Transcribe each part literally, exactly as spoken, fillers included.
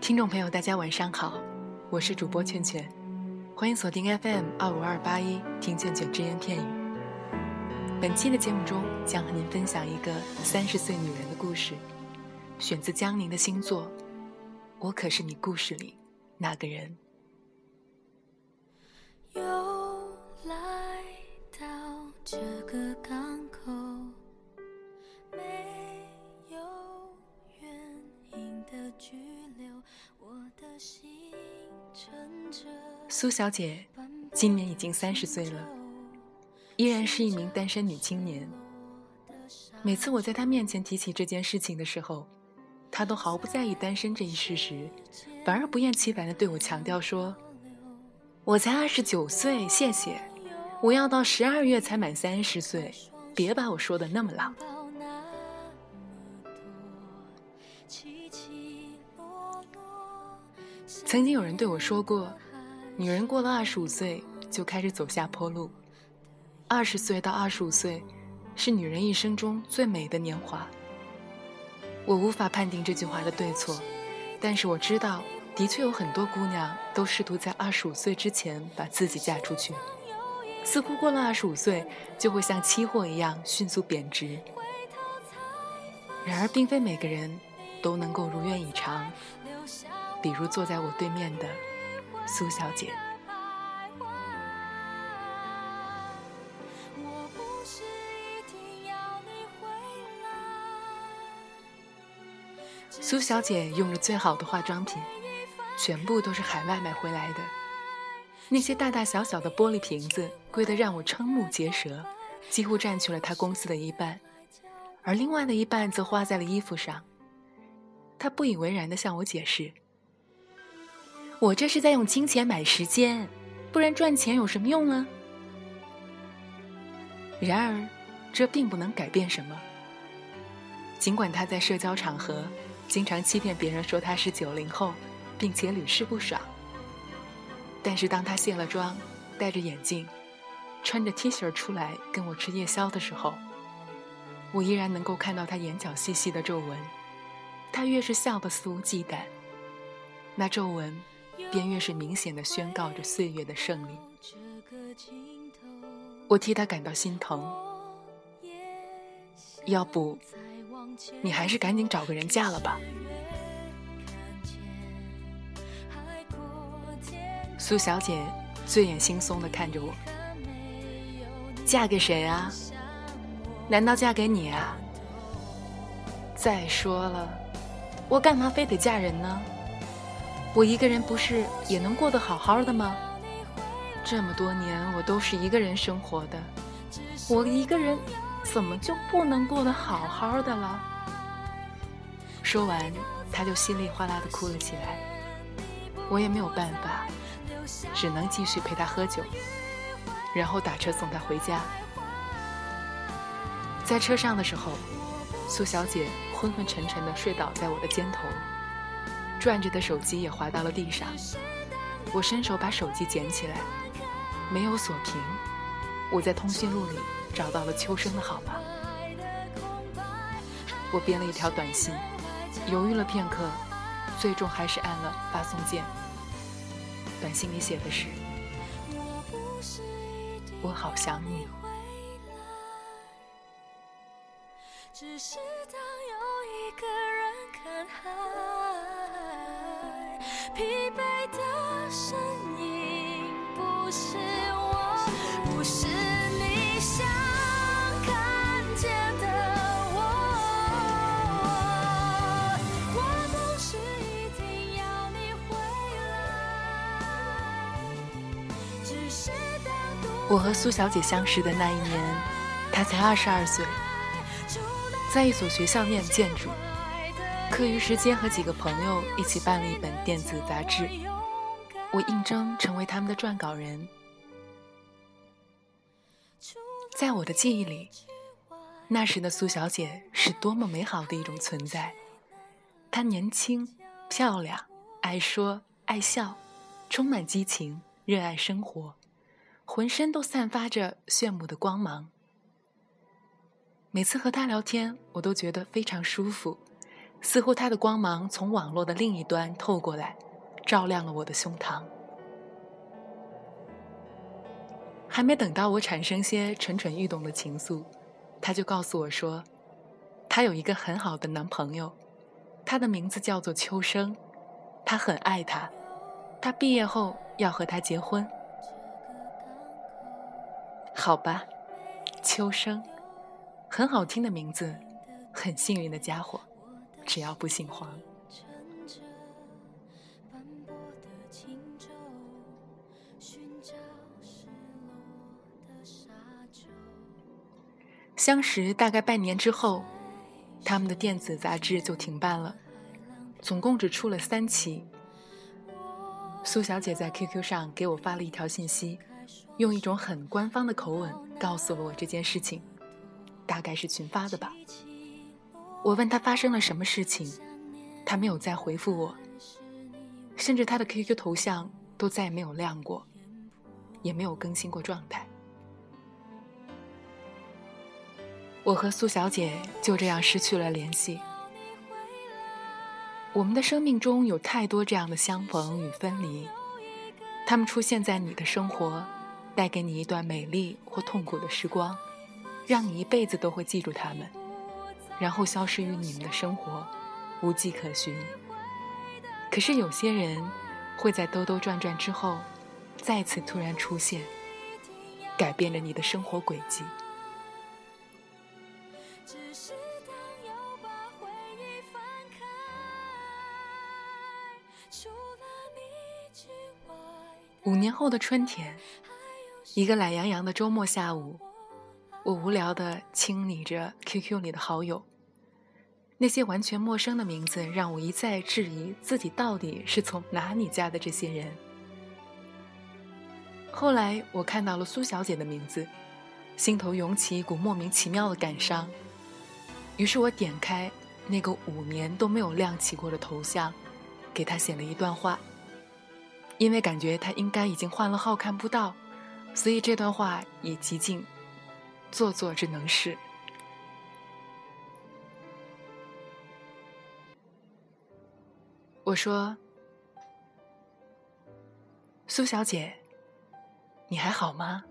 听众朋友大家晚上好，我是主播劝劝，欢迎锁定 F M 二五二八一听劝劝只言片语。本期的节目中将和您分享一个三十岁女人的故事，选自江宁的新作《我可是你故事里那个人》。 又来到这个港口，没有原因的拘留，我的心乘着。 苏小姐今年已经三十岁了，依然是一名单身女青年。每次我在她面前提起这件事情的时候，她都毫不在意单身这一事实，反而不厌其烦地对我强调说，我才二十九岁，谢谢，我要到十二月才满三十岁，别把我说得那么老。曾经有人对我说过，女人过了二十五岁就开始走下坡路，二十岁到二十五岁是女人一生中最美的年华。我无法判定这句话的对错，但是我知道的确有很多姑娘都试图在二十五岁之前把自己嫁出去，似乎过了二十五岁就会像期货一样迅速贬值。然而并非每个人都能够如愿以偿，比如坐在我对面的苏小姐。苏小姐用着最好的化妆品，全部都是海外买回来的，那些大大小小的玻璃瓶子贵得让我瞠目结舌，几乎占去了她公司的一半，而另外的一半则花在了衣服上。她不以为然地向我解释，我这是在用金钱买时间，不然赚钱有什么用呢？然而这并不能改变什么。尽管她在社交场合经常欺骗别人说她是九零后，并且屡试不爽，但是当她卸了妆，戴着眼镜，穿着 T 恤出来跟我吃夜宵的时候，我依然能够看到她眼角细细的皱纹。她越是笑得肆无忌惮，那皱纹便越是明显地宣告着岁月的胜利。我替她感到心疼，要不你还是赶紧找个人嫁了吧。苏小姐醉眼惺忪地看着我，嫁给谁啊？难道嫁给你啊？再说了，我干嘛非得嫁人呢？我一个人不是也能过得好好的吗？这么多年我都是一个人生活的，我一个人怎么就不能过得好好的了？说完，他就稀里哗啦地哭了起来。我也没有办法，只能继续陪他喝酒，然后打车送他回家。在车上的时候，苏小姐昏昏沉沉地睡倒在我的肩头，转着的手机也滑到了地上。我伸手把手机捡起来，没有锁屏。我在通讯录里找到了秋生的号码。我编了一条短信，犹豫了片刻，最终还是按了发送键。短信里写的是，我好想你。 只是当有一个人看海，疲惫的身影不是我，不是你想看见的我。我不是一定要你回来，只是当我和苏小姐相识的那一年，她才二十二岁，在一所学校念建筑，课余时间和几个朋友一起办了一本电子杂志，我应征成为他们的撰稿人。在我的记忆里，那时的苏小姐是多么美好的一种存在。她年轻、漂亮、爱说、爱笑，充满激情，热爱生活，浑身都散发着炫目的光芒。每次和她聊天，我都觉得非常舒服， 似乎它的光芒从网络的另一端透过来，照亮了我的胸膛。还没等到我产生些蠢蠢欲动的情愫，他就告诉我说，他有一个很好的男朋友，他的名字叫做秋生，他很爱他，他毕业后要和他结婚。好吧，秋生，很好听的名字，很幸运的家伙，只要不姓黄。相识大概半年之后，他们的电子杂志就停办了，总共只出了三期。苏小姐在 Q Q 上给我发了一条信息，用一种很官方的口吻告诉了我这件事情，大概是群发的吧。我问她发生了什么事情，她没有再回复我，甚至她的 Q Q 头像都再也没有亮过，也没有更新过状态。我和苏小姐就这样失去了联系。我们的生命中有太多这样的相逢与分离，它们出现在你的生活，带给你一段美丽或痛苦的时光，让你一辈子都会记住它们，然后消失于你们的生活，无迹可寻。可是有些人会在兜兜转转之后，再次突然出现，改变着你的生活轨迹。五年后的春天，一个懒洋洋的周末下午，我无聊地清理着 Q Q 里的好友，那些完全陌生的名字让我一再质疑自己到底是从哪里加的这些人。后来我看到了苏小姐的名字，心头涌起一股莫名其妙的感伤，于是我点开那个五年都没有亮起过的头像，给她写了一段话。因为感觉他应该已经换了号看不到，所以这段话也极尽做作之能事。我说，苏小姐，你还好吗？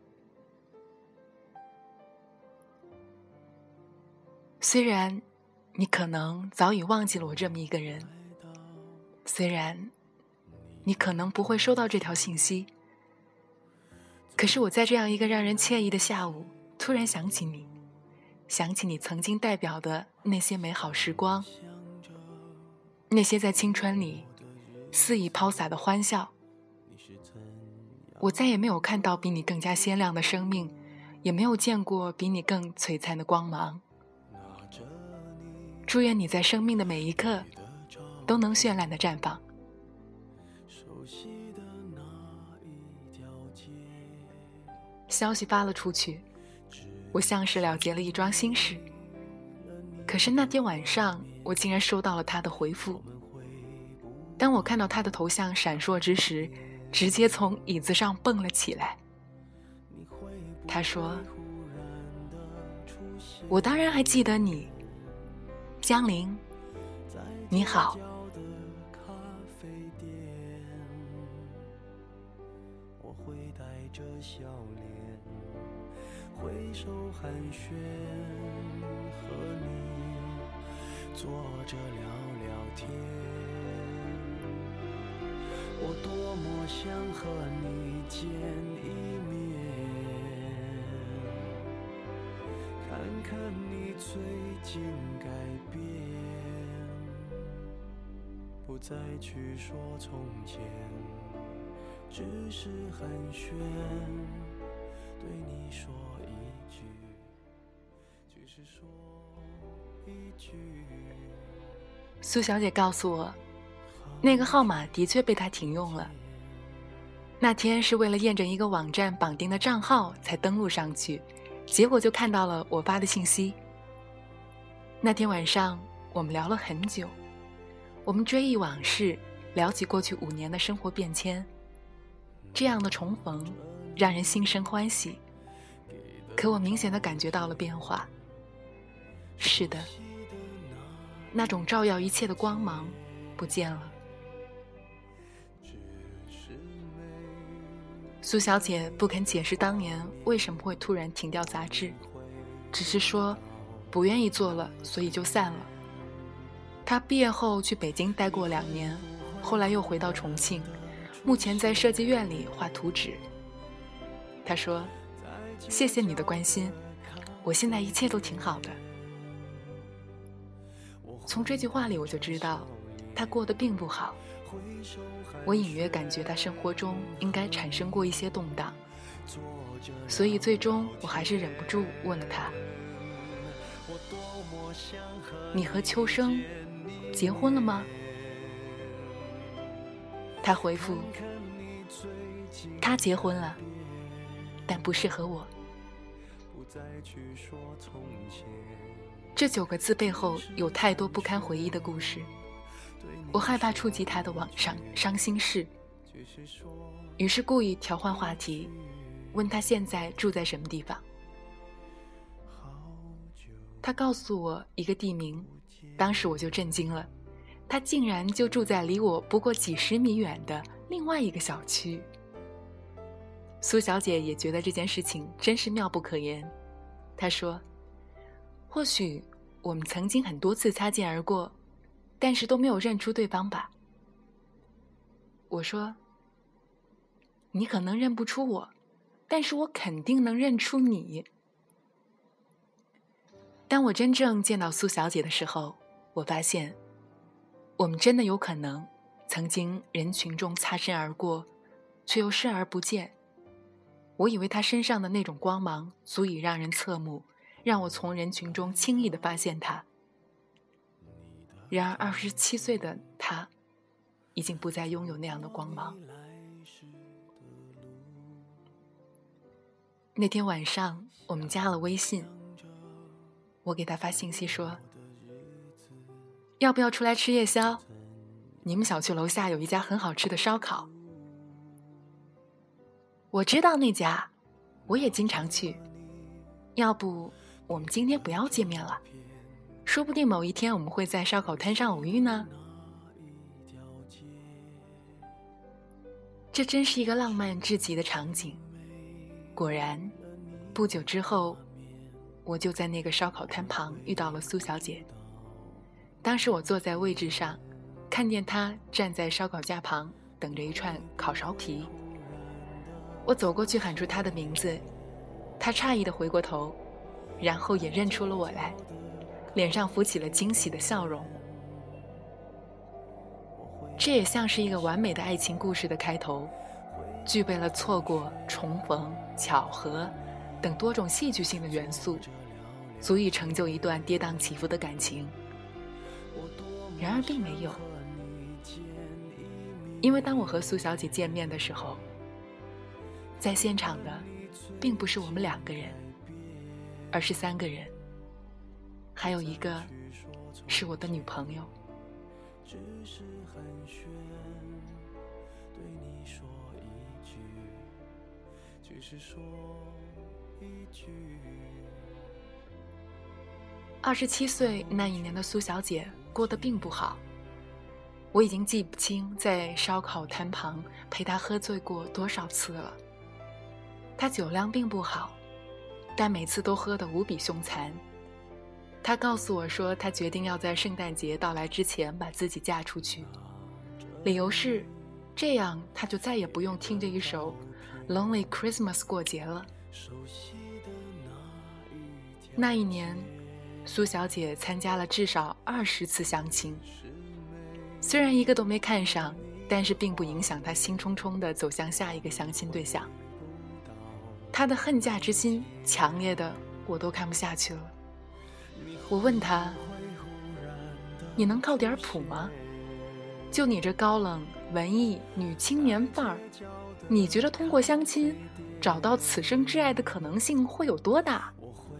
虽然你可能早已忘记了我这么一个人，虽然你可能不会收到这条信息，可是我在这样一个让人惬意的下午，突然想起你，想起你曾经代表的那些美好时光，那些在青春里肆意抛洒的欢笑。我再也没有看到比你更加鲜亮的生命，也没有见过比你更璀璨的光芒。祝愿你在生命的每一刻都能绚烂地绽放。消息发了出去，我像是了结了一桩心事。可是那天晚上，我竟然收到了他的回复。当我看到他的头像闪烁之时，直接从椅子上蹦了起来。他说，我当然还记得你，江玲，你好。 笑脸挥手寒暄，和你坐着聊聊天。我多么想和你见一面，看看你最近改变，不再去说从前，只是寒暄，对你说一句，只是说一句。 苏小姐告诉我，那个号码的确被她停用了。那天是为了验证一个网站绑定的账号才登录上去，结果就看到了我发的信息。那天晚上我们聊了很久，我们追忆往事，聊起过去五年的生活变迁。这样的重逢让人心生欢喜，可我明显地感觉到了变化。是的， 那种照耀一切的光芒不见了。苏小姐不肯解释当年为什么会突然停掉杂志，只是说不愿意做了，所以就散了。她毕业后去北京待过两年，后来又回到重庆，目前在设计院里画图纸。她说：谢谢你的关心，我现在一切都挺好的。从这句话里我就知道她过得并不好，我隐约感觉她生活中应该产生过一些动荡，所以最终我还是忍不住问了她：你和秋生结婚了吗？他回复：他结婚了，但不适合我。这九个字背后有太多不堪回忆的故事，我害怕触及他的往上伤心事，于是故意调换话题，问他现在住在什么地方。他告诉我一个地名，当时我就震惊了，他竟然就住在离我不过几十米远的另外一个小区。苏小姐也觉得这件事情真是妙不可言，她说：或许我们曾经很多次擦肩而过，但是都没有认出对方吧。我说：你可能认不出我，但是我肯定能认出你。当我真正见到苏小姐的时候，我发现我们真的有可能曾经人群中擦身而过，却又视而不见。我以为她身上的那种光芒足以让人侧目，让我从人群中轻易地发现她。然而二十七岁的她已经不再拥有那样的光芒。那天晚上我们加了微信，我给他发信息说：要不要出来吃夜宵？你们小区楼下有一家很好吃的烧烤。我知道那家，我也经常去。要不我们今天不要见面了，说不定某一天我们会在烧烤摊上偶遇呢。这真是一个浪漫至极的场景。果然，不久之后我就在那个烧烤摊旁遇到了苏小姐。当时我坐在位置上，看见她站在烧烤架旁等着一串烤苕皮。我走过去喊出她的名字，她诧异地回过头，然后也认出了我来，脸上浮起了惊喜的笑容。这也像是一个完美的爱情故事的开头，具备了错过、重逢、巧合等多种戏剧性的元素，足以成就一段跌宕起伏的感情。然而并没有，因为当我和苏小姐见面的时候，在现场的并不是我们两个人，而是三个人，还有一个是我的女朋友。 只是寒暄，对你说一句，只是说一句。 二十七岁那一年的苏小姐过得并不好，我已经记不清在烧烤摊旁陪她喝醉过多少次了。她酒量并不好，但每次都喝得无比凶残。她告诉我说，她决定要在圣诞节到来之前把自己嫁出去，理由是这样她就再也不用听这一首 Lonely Christmas 过节了。那一年苏小姐参加了至少二十次相亲，虽然一个都没看上，但是并不影响她兴冲冲地走向下一个相亲对象。她的恨嫁之心强烈的我都看不下去了。我问她，你能靠点谱吗？就你这高冷文艺女青年范儿，你觉得通过相亲找到此生挚爱的可能性会有多大？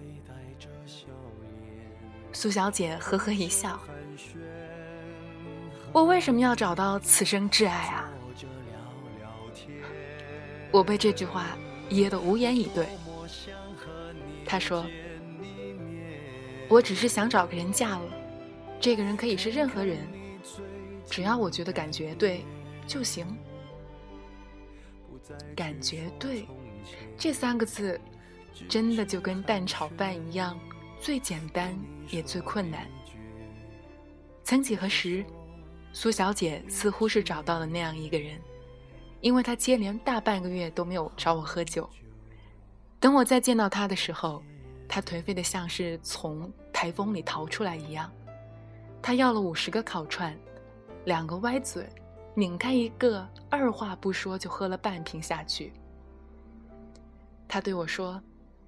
苏小姐呵呵一笑，我为什么要找到此生挚爱啊？我被这句话噎得无言以对。她说，我只是想找个人嫁了， 这个人可以是任何人，只要我觉得感觉对就行。感觉对这三个字真的就跟蛋炒饭一样，最简单也最困难。曾几何时，苏小姐似乎是找到了那样一个人，因为她接连大半个月都没有找我喝酒。等我再见到她的时候，她颓废的像是从台风里逃出来一样。她要了五十个烤串，两个歪嘴，拧开一个，二话不说就喝了半瓶下去。她对我说：“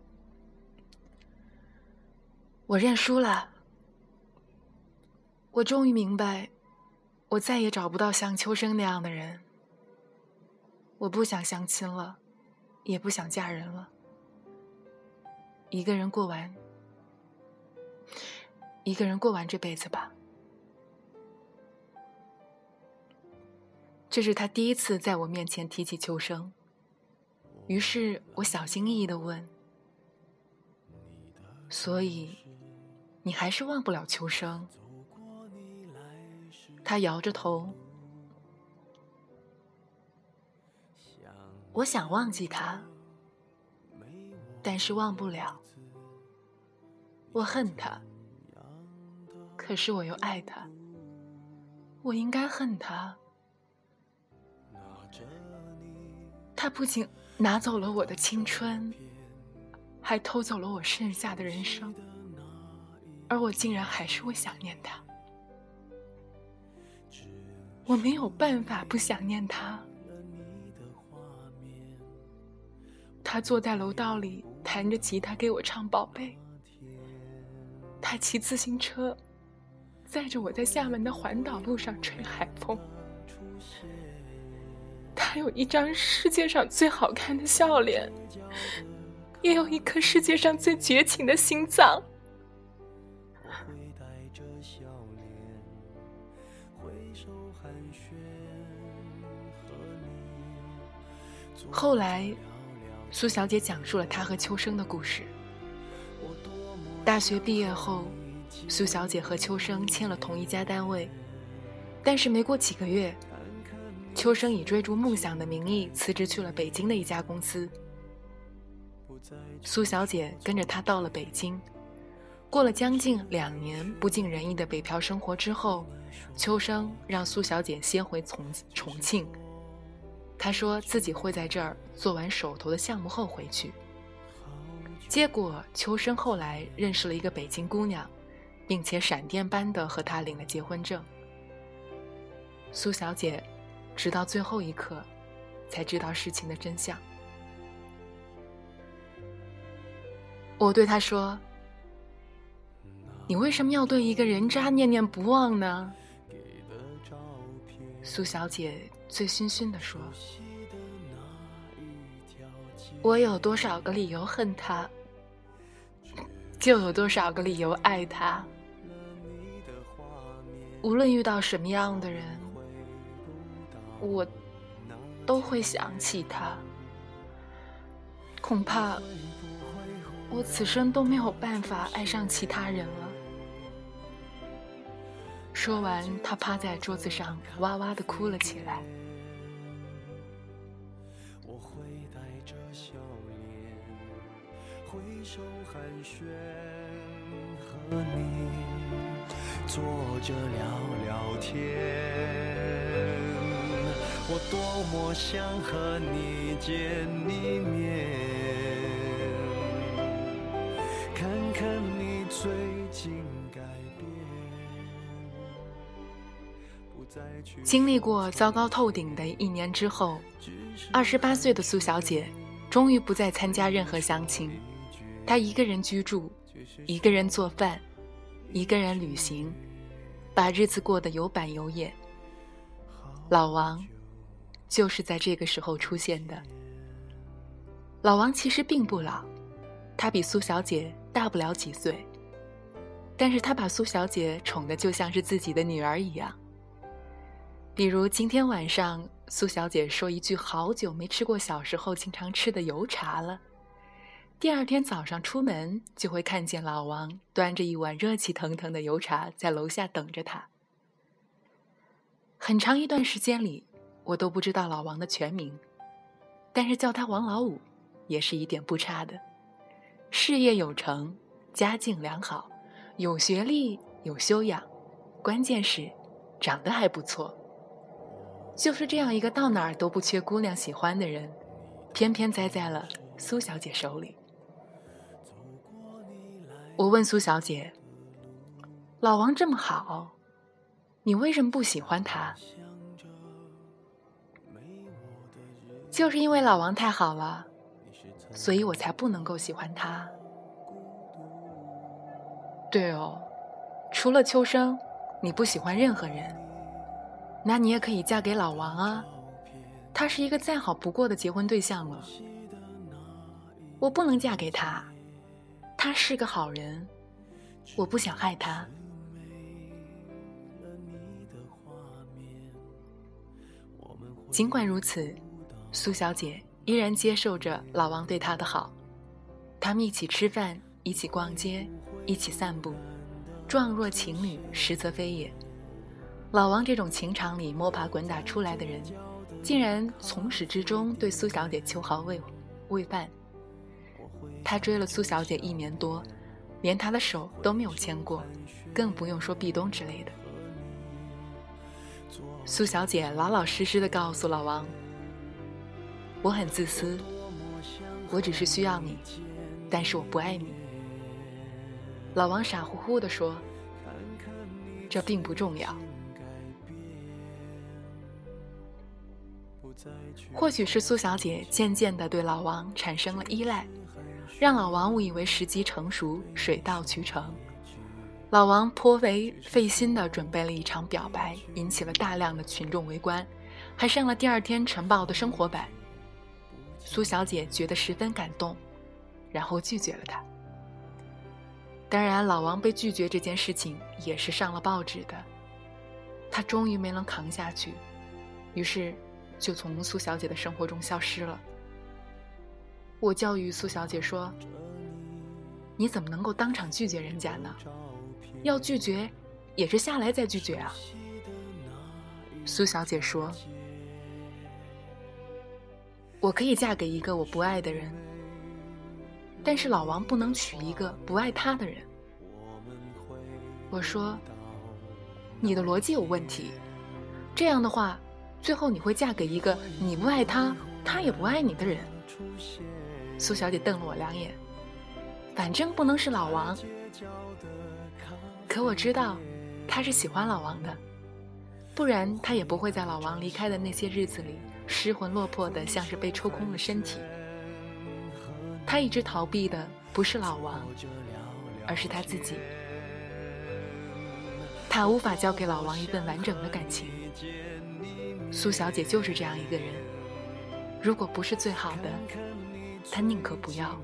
我认输了。我终于明白，我再也找不到像秋生那样的人。我不想相亲了，也不想嫁人了。一个人过完，一个人过完这辈子吧。”这是他第一次在我面前提起秋生，于是我小心翼翼地问：“所以，你还是忘不了秋生？”他摇着头。我想忘记他，但是忘不了。我恨他，可是我又爱他。我应该恨他。他不仅拿走了我的青春，还偷走了我剩下的人生，而我竟然还是会想念他。我没有办法不想念他。他坐在楼道里弹着吉他给我唱宝贝，他骑自行车载着我在厦门的环岛路上吹海风，他有一张世界上最好看的笑脸，也有一颗世界上最绝情的心脏。后来苏小姐讲述了她和秋生的故事。大学毕业后，苏小姐和秋生签了同一家单位，但是没过几个月，秋生以追逐梦想的名义辞职去了北京的一家公司。苏小姐跟着他到了北京，过了将近两年不尽人意的北漂生活之后，秋生让苏小姐先回重重庆。他说自己会在这儿做完手头的项目后回去。结果秋生后来认识了一个北京姑娘，并且闪电般的和他领了结婚证。苏小姐直到最后一刻才知道事情的真相。我对她说：“你为什么要对一个人渣念念不忘呢？”苏小姐醉醺醺地说：“我有多少个理由恨他，就有多少个理由爱他。无论遇到什么样的人，我都会想起他。恐怕我此生都没有办法爱上其他人了。”说完，他趴在桌子上哇哇地哭了起来。 我会带着笑脸，挥手寒暄，和你坐着聊聊天。我多么想和你见一面，看看你最近改变。 经历过糟糕透顶的一年之后，二十八岁的苏小姐终于不再参加任何相亲。她一个人居住，一个人做饭，一个人旅行，把日子过得有板有眼。老王就是在这个时候出现的。老王其实并不老，他比苏小姐大不了几岁，但是他把苏小姐宠得就像是自己的女儿一样。比如今天晚上，苏小姐说一句好久没吃过小时候经常吃的油茶了， 第二天早上出门就会看见老王端着一碗热气腾腾的油茶在楼下等着他。很长一段时间里，我都不知道老王的全名，但是叫他王老五也是一点不差的。事业有成，家境良好，有学历，有修养，关键是长得还不错。就是这样一个到哪儿都不缺姑娘喜欢的人，偏偏栽在了苏小姐手里。我问苏小姐，老王这么好，你为什么不喜欢他？就是因为老王太好了，所以我才不能够喜欢他。对哦，除了秋生，你不喜欢任何人，那你也可以嫁给老王啊，他是一个再好不过的结婚对象了。我不能嫁给他，他是个好人，我不想害他。尽管如此，苏小姐依然接受着老王对她的好，他们一起吃饭，一起逛街，一起散步，状若情侣，实则非也。老王这种情场里摸爬滚打出来的人，竟然从始至终对苏小姐秋毫未未犯。他追了苏小姐一年多，连她的手都没有牵过，更不用说壁咚之类的。苏小姐老老实实地告诉老王，我很自私，我只是需要你，但是我不爱你。老王傻乎乎地说，这并不重要。或许是苏小姐渐渐地对老王产生了依赖，让老王误以为时机成熟，水到渠成。老王颇为费心地准备了一场表白，引起了大量的群众围观，还上了第二天晨报的生活版。苏小姐觉得十分感动，然后拒绝了他。当然，老王被拒绝这件事情也是上了报纸的。他终于没能扛下去，于是就从苏小姐的生活中消失了。我教育苏小姐说，你怎么能够当场拒绝人家呢？要拒绝也是下来再拒绝啊。苏小姐说，我可以嫁给一个我不爱的人，但是老王不能娶一个不爱他的人。我说，你的逻辑有问题，这样的话，最后你会嫁给一个你不爱他，他也不爱你的人。苏小姐瞪了我两眼，反正不能是老王。可我知道他是喜欢老王的，不然他也不会在老王离开的那些日子里失魂落魄的像是被抽空了身体。他一直逃避的不是老王，而是他自己。他无法交给老王一份完整的感情。苏小姐就是这样一个人，如果不是最好的，她宁可不要。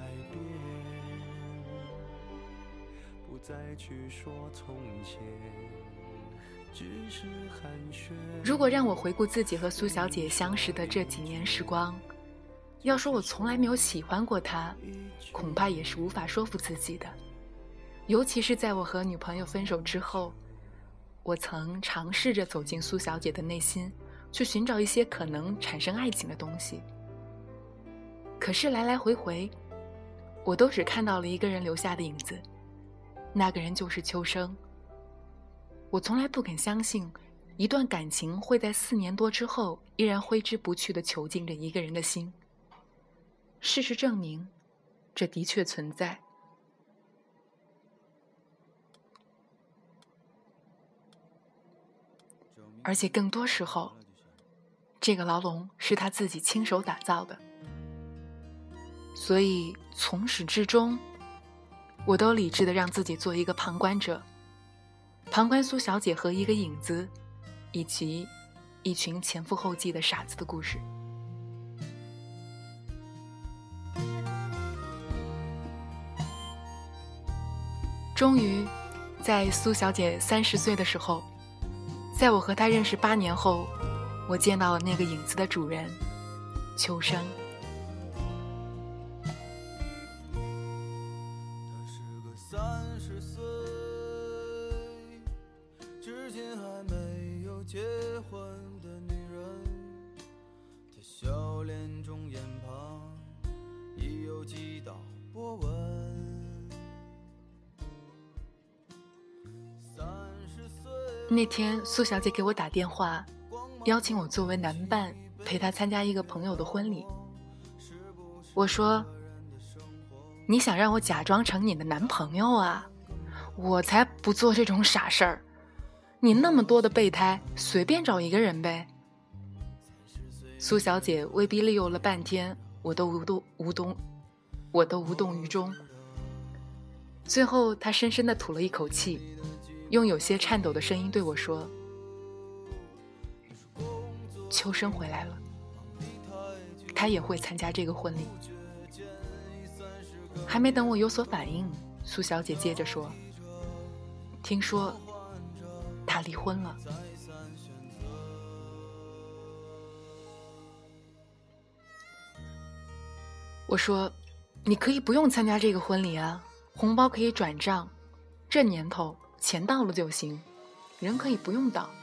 如果让我回顾自己和苏小姐相识的这几年时光，要说我从来没有喜欢过她，恐怕也是无法说服自己的。尤其是在我和女朋友分手之后，我曾尝试着走进苏小姐的内心，去寻找一些可能产生爱情的东西。可是来来回回，我都只看到了一个人留下的影子，那个人就是秋生。我从来不肯相信，一段感情会在四年多之后依然挥之不去地囚禁着一个人的心。事实证明，这的确存在。而且更多时候，这个牢笼是他自己亲手打造的。所以从始至终，我都理智地让自己做一个旁观者，旁观苏小姐和一个影子，以及一群前赴后继的傻子的故事。终于，在苏小姐三十岁的时候，在我和她认识八年后，我见到了那个影子的主人，秋生。 婚的女人，她笑脸中眼旁已有几道波纹。 那天苏小姐给我打电话，邀请我作为男伴陪她参加一个朋友的婚礼。我说，你想让我假装成你的男朋友啊？我才不做这种傻事儿。你那么多的备胎，随便找一个人呗。苏小姐威逼利诱了半天，我都无动无动，我都无动于衷。最后，她深深地吐了一口气，用有些颤抖的声音对我说：“秋生回来了，他也会参加这个婚礼。”还没等我有所反应，苏小姐接着说：“听说他离婚了。”我说：“你可以不用参加这个婚礼啊，红包可以转账，这年头钱到了就行，人可以不用到。”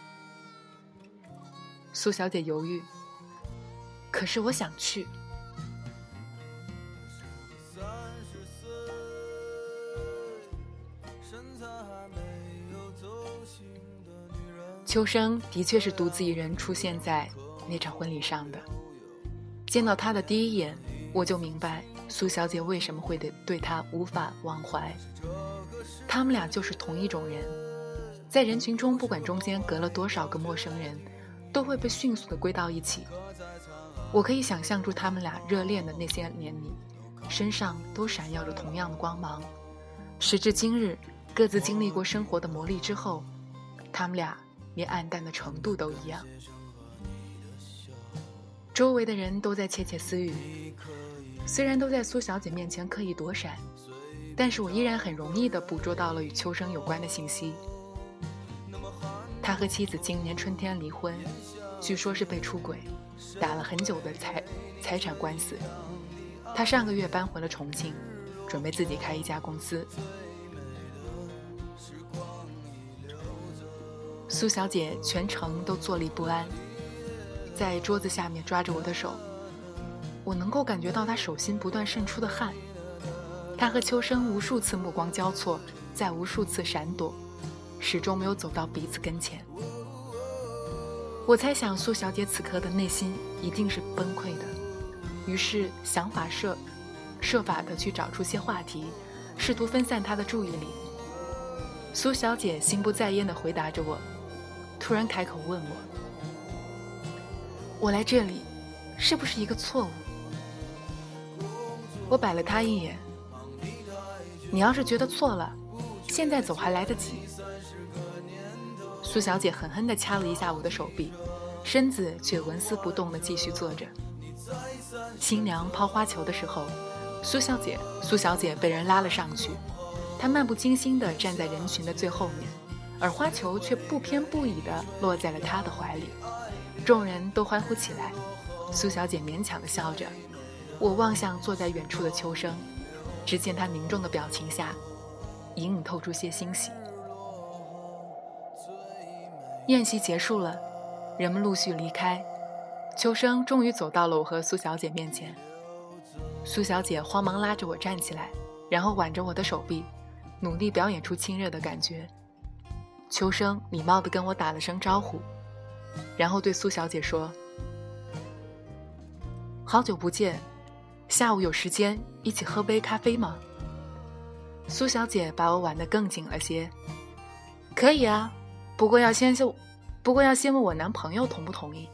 苏小姐犹豫：“可是我想去。”秋生的确是独自一人出现在那场婚礼上的。见到他的第一眼，我就明白苏小姐为什么会对他无法忘怀。他们俩就是同一种人，在人群中，不管中间隔了多少个陌生人，都会被迅速地归到一起。我可以想象出他们俩热恋的那些年里，身上都闪耀着同样的光芒。时至今日，各自经历过生活的磨砺之后，他们俩连黯淡的程度都一样。周围的人都在窃窃私语，虽然都在苏小姐面前刻意躲闪，但是我依然很容易地捕捉到了与秋生有关的信息。他和妻子今年春天离婚，据说是被出轨，打了很久的财财产官司。他上个月搬回了重庆，准备自己开一家公司。苏小姐全程都坐立不安，在桌子下面抓着我的手，我能够感觉到她手心不断渗出的汗。她和秋生无数次目光交错，再无数次闪躲，始终没有走到彼此跟前。我猜想苏小姐此刻的内心一定是崩溃的，于是想法设设法的去找出些话题，试图分散她的注意力。苏小姐心不在焉地回答着我，突然开口问我：“我来这里是不是一个错误？”我摆了她一眼：“你要是觉得错了，现在走还来得及。”苏小姐狠狠地掐了一下我的手臂，身子却纹丝不动地继续坐着。新娘抛花球的时候，苏小姐苏小姐被人拉了上去，她漫不经心地站在人群的最后面，而花球却不偏不倚地落在了她的怀里。众人都欢呼起来，苏小姐勉强地笑着。我望向坐在远处的秋生，只见他凝重的表情下隐隐透出些欣喜。宴席结束了，人们陆续离开，秋生终于走到了我和苏小姐面前。苏小姐慌忙拉着我站起来，然后挽着我的手臂，努力表演出亲热的感觉。秋生礼貌地跟我打了声招呼，然后对苏小姐说：“好久不见，下午有时间一起喝杯咖啡吗？”苏小姐把我挽得更紧了些。“可以啊，不过要先就不过要先问我男朋友同不同意。”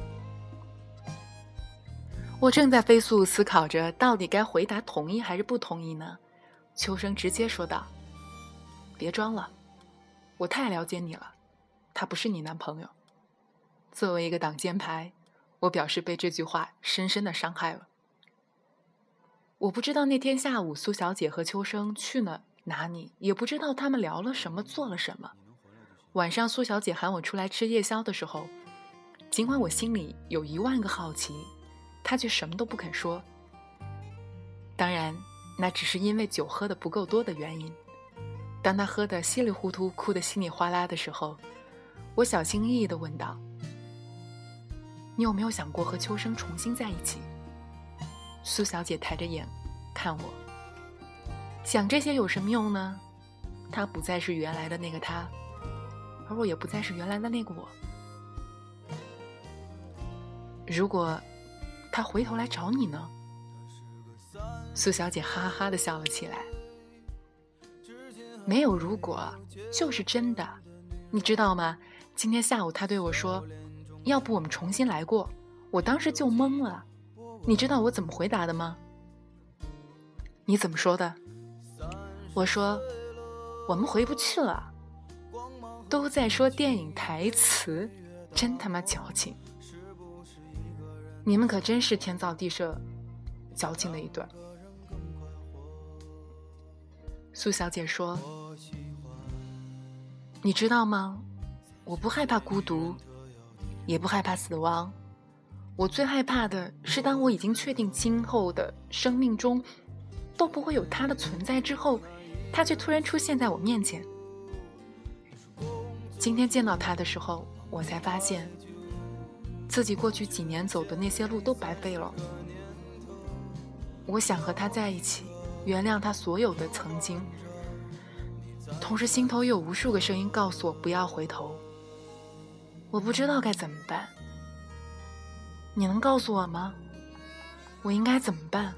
我正在飞速思考着到底该回答同意还是不同意呢，秋生直接说道：“别装了，我太了解你了，他不是你男朋友。”作为一个挡箭牌，我表示被这句话深深的伤害了。我不知道那天下午苏小姐和秋生去了哪里，也不知道他们聊了什么，做了什么。晚上苏小姐喊我出来吃夜宵的时候，尽管我心里有一万个好奇，她却什么都不肯说。当然，那只是因为酒喝得不够多的原因。当她喝得稀里糊涂，哭得稀里哗啦的时候，我小心翼翼地问道：“ 你有没有想过和秋生重新在一起？苏小姐抬着眼看我，想这些有什么用呢？他不再是原来的那个他，而我也不再是原来的那个我。如果他回头来找你呢？苏小姐哈哈地笑了起来。没有如果，就是真的。你知道吗？今天下午他对我说，要不我们重新来过。我当时就懵了。你知道我怎么回答的吗？你怎么说的？我说，我们回不去了。都在说电影台词，真他妈矫情。你们可真是天造地设矫情的一对。苏小姐说，你知道吗？我不害怕孤独，也不害怕死亡。我最害怕的是，当我已经确定今后的生命中都不会有他的存在之后，他却突然出现在我面前。今天见到他的时候，我才发现自己过去几年走的那些路都白费了。我想和他在一起，原谅他所有的曾经，同时心头有无数个声音告诉我不要回头。我不知道该怎么办，你能告诉我吗？我应该怎么办？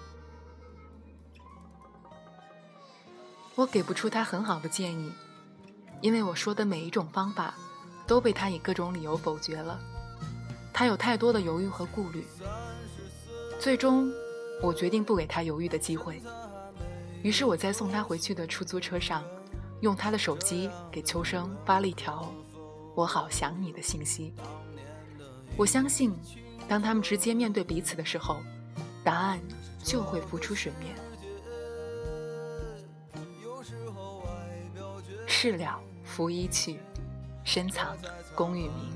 我给不出他很好的建议，因为我说的每一种方法都被他以各种理由否决了。他有太多的犹豫和顾虑，最终我决定不给他犹豫的机会。于是我在送他回去的出租车上，用他的手机给秋生发了一条我好想你的信息。我相信当他们直接面对彼此的时候，答案就会浮出水面。事了拂衣去，深藏功与名。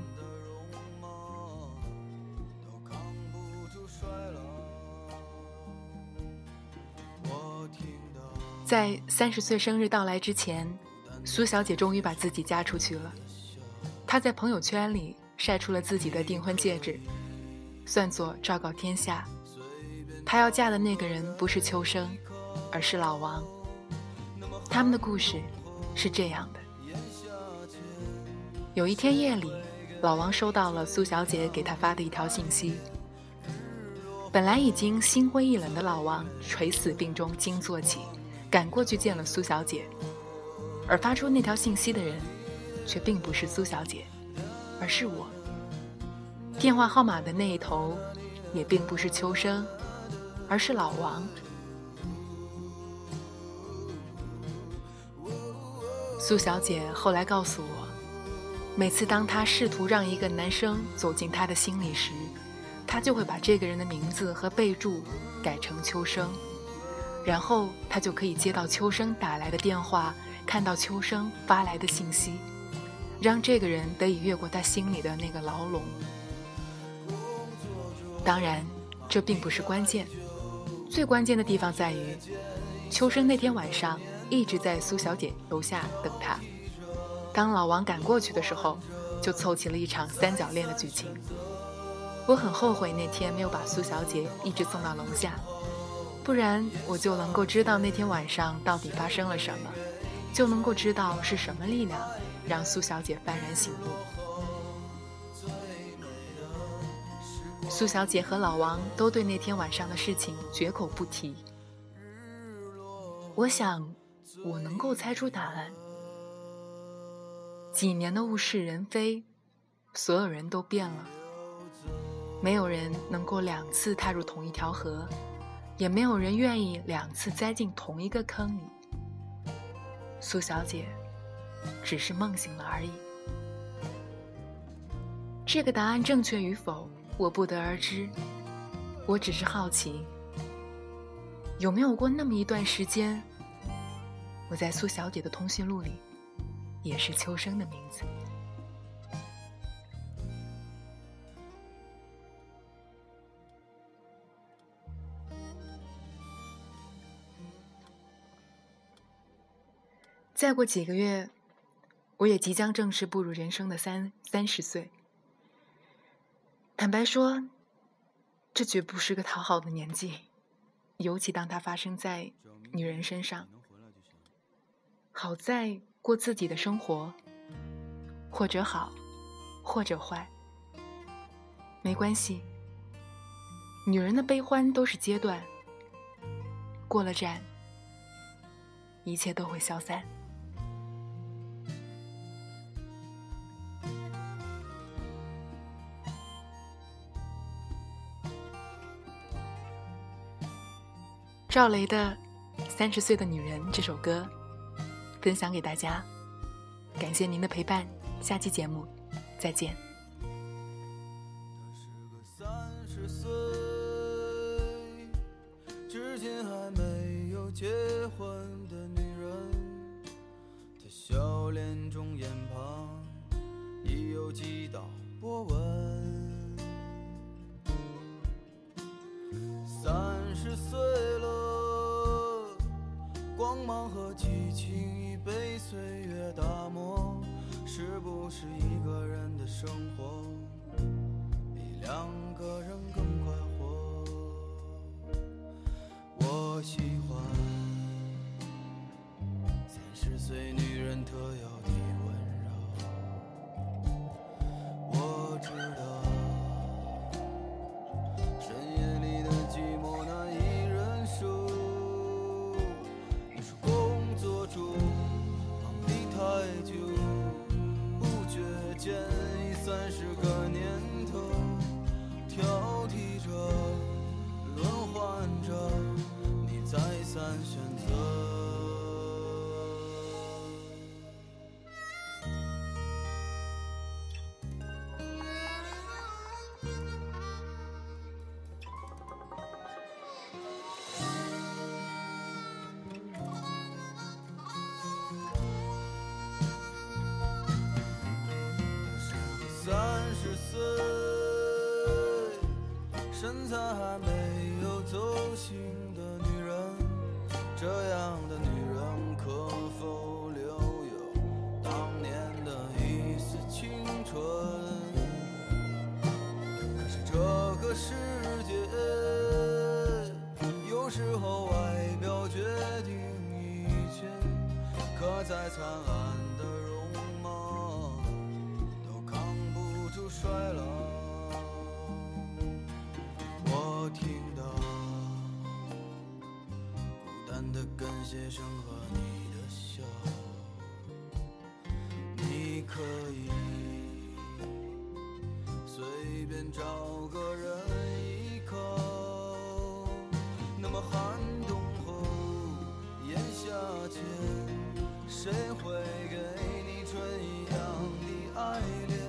在三十岁生日到来之前，苏小姐终于把自己嫁出去了。她在朋友圈里晒出了自己的订婚戒指，算作昭告天下。她要嫁的那个人不是秋生，而是老王。他们的故事是这样的：有一天夜里，老王收到了苏小姐给他发的一条信息。本来已经心灰意冷的老王垂死病中惊坐起，赶过去见了苏小姐。而发出那条信息的人却并不是苏小姐，而是我。电话号码的那一头也并不是秋生，而是老王。苏小姐后来告诉我，每次当她试图让一个男生走进她的心里时，她就会把这个人的名字和备注改成秋生，然后她就可以接到秋生打来的电话，看到秋生发来的信息，让这个人得以越过他心里的那个牢笼。当然，这并不是关键，最关键的地方在于，秋生那天晚上一直在苏小姐楼下等他。当老王赶过去的时候，就凑齐了一场三角恋的剧情。我很后悔那天没有把苏小姐一直送到楼下，不然我就能够知道那天晚上到底发生了什么，就能够知道是什么力量让苏小姐幡然醒悟。苏小姐和老王都对那天晚上的事情绝口不提。我想我能够猜出答案。几年的物是人非，所有人都变了，没有人能够两次踏入同一条河，也没有人愿意两次栽进同一个坑里。苏小姐只是梦醒了而已。这个答案正确与否，我不得而知。我只是好奇，有没有过那么一段时间，我在苏小姐的通讯录里也是秋生的名字。再过几个月，我也即将正式步入人生的三三十岁。 坦白说，这绝不是个讨好的年纪，尤其当它发生在女人身上。好在过自己的生活，或者好，或者坏，没关系。女人的悲欢都是阶段，过了站，一切都会消散。赵雷的《三十岁的女人》这首歌分享给大家，感谢您的陪伴，下期节目再见。 她是个三十岁，至今还没有结婚的女人，她笑脸中眼旁已有几道波纹。三十岁了，光芒和激情已被岁月打磨，是不是一个人的生活比两个人更快活？我喜欢三十岁女人特有的温柔，我知道深夜里的寂寞难以忍受，你说工作中忙得太久，不觉间已三十个年头，挑剔着轮换着你再三选择。三十岁，身材还没有走形的女人，这样的女人可否留有当年的一丝青春？可是这个世界，有时候外表决定一切，可再灿烂的容貌衰老。我听到孤单的感谢声和你的笑，你可以随便找个人依靠，那么寒冬后炎夏前，谁会给你春一样的爱恋？